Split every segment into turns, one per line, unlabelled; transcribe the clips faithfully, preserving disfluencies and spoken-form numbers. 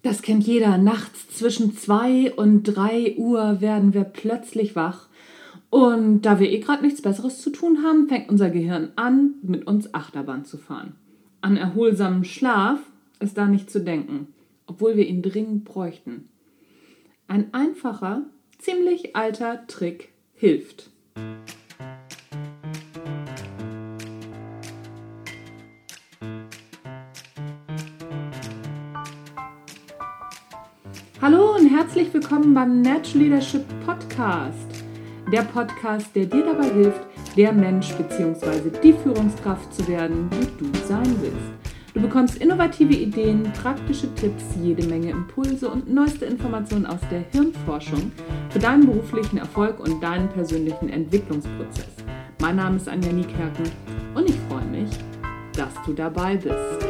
Das kennt jeder. Nachts zwischen zwei und drei Uhr werden wir plötzlich wach. Und da wir eh gerade nichts Besseres zu tun haben, fängt unser Gehirn an, mit uns Achterbahn zu fahren. An erholsamen Schlaf ist da nicht zu denken, obwohl wir ihn dringend bräuchten. Ein einfacher, ziemlich alter Trick hilft. Hallo und herzlich willkommen beim Natural Leadership Podcast. Der Podcast, der dir dabei hilft, der Mensch bzw. die Führungskraft zu werden, die du sein willst. Du bekommst innovative Ideen, praktische Tipps, jede Menge Impulse und neueste Informationen aus der Hirnforschung für deinen beruflichen Erfolg und deinen persönlichen Entwicklungsprozess. Mein Name ist Anja Niekerken und ich freue mich, dass du dabei bist.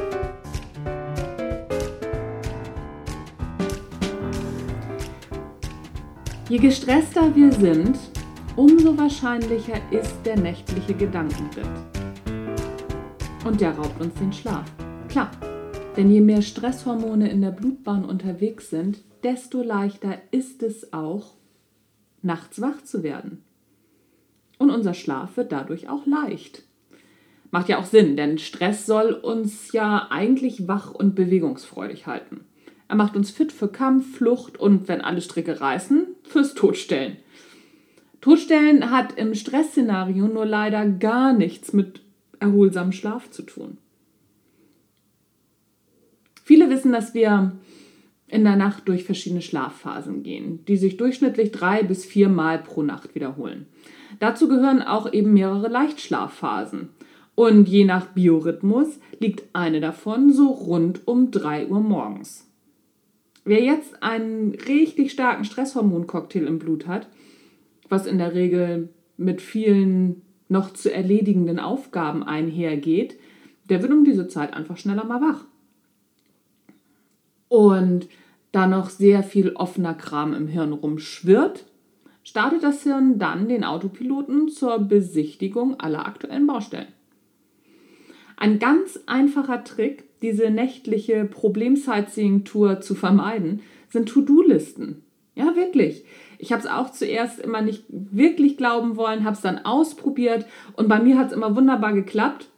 Je gestresster wir sind, umso wahrscheinlicher ist der nächtliche Gedankenritt. Und der raubt uns den Schlaf. Klar, denn je mehr Stresshormone in der Blutbahn unterwegs sind, desto leichter ist es auch, nachts wach zu werden. Und unser Schlaf wird dadurch auch leicht. Macht ja auch Sinn, denn Stress soll uns ja eigentlich wach und bewegungsfreudig halten. Er macht uns fit für Kampf, Flucht und, wenn alle Stricke reißen, fürs Todstellen. Todstellen hat im Stressszenario nur leider gar nichts mit erholsamem Schlaf zu tun. Viele wissen, dass wir in der Nacht durch verschiedene Schlafphasen gehen, die sich durchschnittlich drei bis vier Mal pro Nacht wiederholen. Dazu gehören auch eben mehrere Leichtschlafphasen. Und je nach Biorhythmus liegt eine davon so rund um drei Uhr morgens. Wer jetzt einen richtig starken Stresshormoncocktail im Blut hat, was in der Regel mit vielen noch zu erledigenden Aufgaben einhergeht, der wird um diese Zeit einfach schneller mal wach. Und da noch sehr viel offener Kram im Hirn rumschwirrt, startet das Hirn dann den Autopiloten zur Besichtigung aller aktuellen Baustellen. Ein ganz einfacher Trick, diese nächtliche Problem-Sightseeing-Tour zu vermeiden, sind To-Do-Listen. Ja, wirklich. Ich habe es auch zuerst immer nicht wirklich glauben wollen, habe es dann ausprobiert und bei mir hat es immer wunderbar geklappt.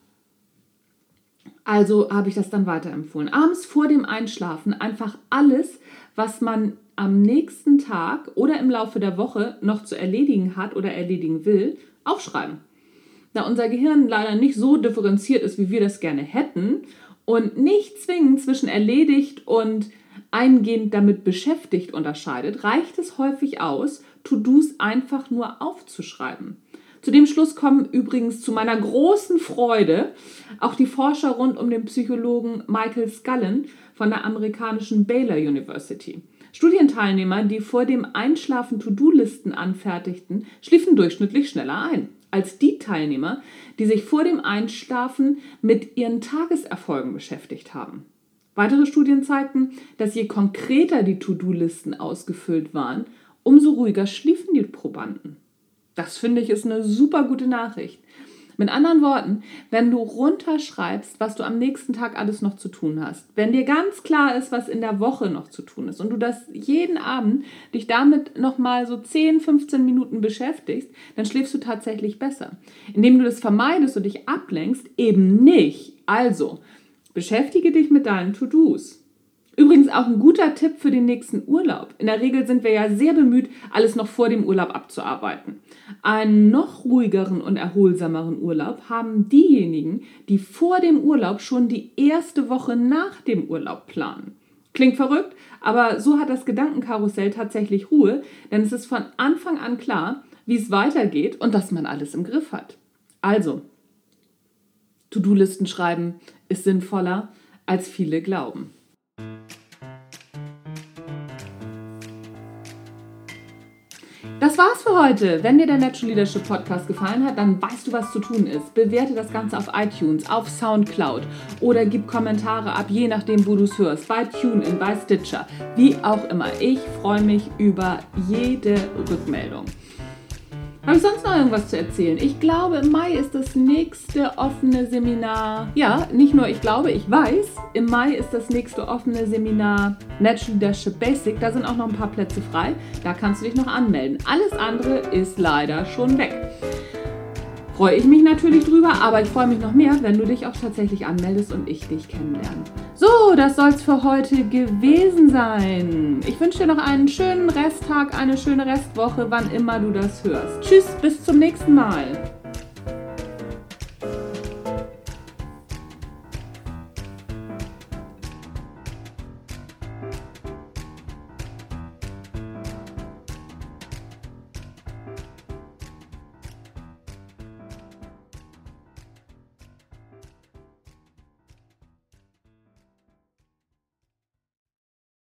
Also habe ich das dann weiterempfohlen. Abends vor dem Einschlafen einfach alles, was man am nächsten Tag oder im Laufe der Woche noch zu erledigen hat oder erledigen will, aufschreiben. Da unser Gehirn leider nicht so differenziert ist, wie wir das gerne hätten und nicht zwingend zwischen erledigt und eingehend damit beschäftigt unterscheidet, reicht es häufig aus, To-Dos einfach nur aufzuschreiben. Zu dem Schluss kommen übrigens zu meiner großen Freude auch die Forscher rund um den Psychologen Michael Scullin von der amerikanischen Baylor University. Studienteilnehmer, die vor dem Einschlafen To-Do-Listen anfertigten, schliefen durchschnittlich schneller ein als die Teilnehmer, die sich vor dem Einschlafen mit ihren Tageserfolgen beschäftigt haben. Weitere Studien zeigten, dass je konkreter die To-Do-Listen ausgefüllt waren, umso ruhiger schliefen die Probanden. Das finde ich ist eine super gute Nachricht. Mit anderen Worten, wenn du runterschreibst, was du am nächsten Tag alles noch zu tun hast, wenn dir ganz klar ist, was in der Woche noch zu tun ist und du das jeden Abend dich damit nochmal so zehn, fünfzehn Minuten beschäftigst, dann schläfst du tatsächlich besser. Indem du das vermeidest und dich ablenkst, eben nicht. Also, beschäftige dich mit deinen To-Dos. Übrigens auch ein guter Tipp für den nächsten Urlaub. In der Regel sind wir ja sehr bemüht, alles noch vor dem Urlaub abzuarbeiten. Einen noch ruhigeren und erholsameren Urlaub haben diejenigen, die vor dem Urlaub schon die erste Woche nach dem Urlaub planen. Klingt verrückt, aber so hat das Gedankenkarussell tatsächlich Ruhe, denn es ist von Anfang an klar, wie es weitergeht und dass man alles im Griff hat. Also, To-Do-Listen schreiben ist sinnvoller, als viele glauben. Das war's für heute. Wenn dir der Natural Leadership Podcast gefallen hat, dann weißt du, was zu tun ist. Bewerte das Ganze auf iTunes, auf Soundcloud oder gib Kommentare ab, je nachdem, wo du es hörst. Bei TuneIn, bei Stitcher, wie auch immer. Ich freue mich über jede Rückmeldung. Habe ich sonst noch irgendwas zu erzählen? Ich glaube, im Mai ist das nächste offene Seminar. Ja, nicht nur ich glaube, ich weiß. Im Mai ist das nächste offene Seminar Natural Leadership Basic. Da sind auch noch ein paar Plätze frei. Da kannst du dich noch anmelden. Alles andere ist leider schon weg. Freue ich mich natürlich drüber, aber ich freue mich noch mehr, wenn du dich auch tatsächlich anmeldest und ich dich kennenlerne. So, das soll es für heute gewesen sein. Ich wünsche dir noch einen schönen Resttag, eine schöne Restwoche, wann immer du das hörst. Tschüss, bis zum nächsten Mal.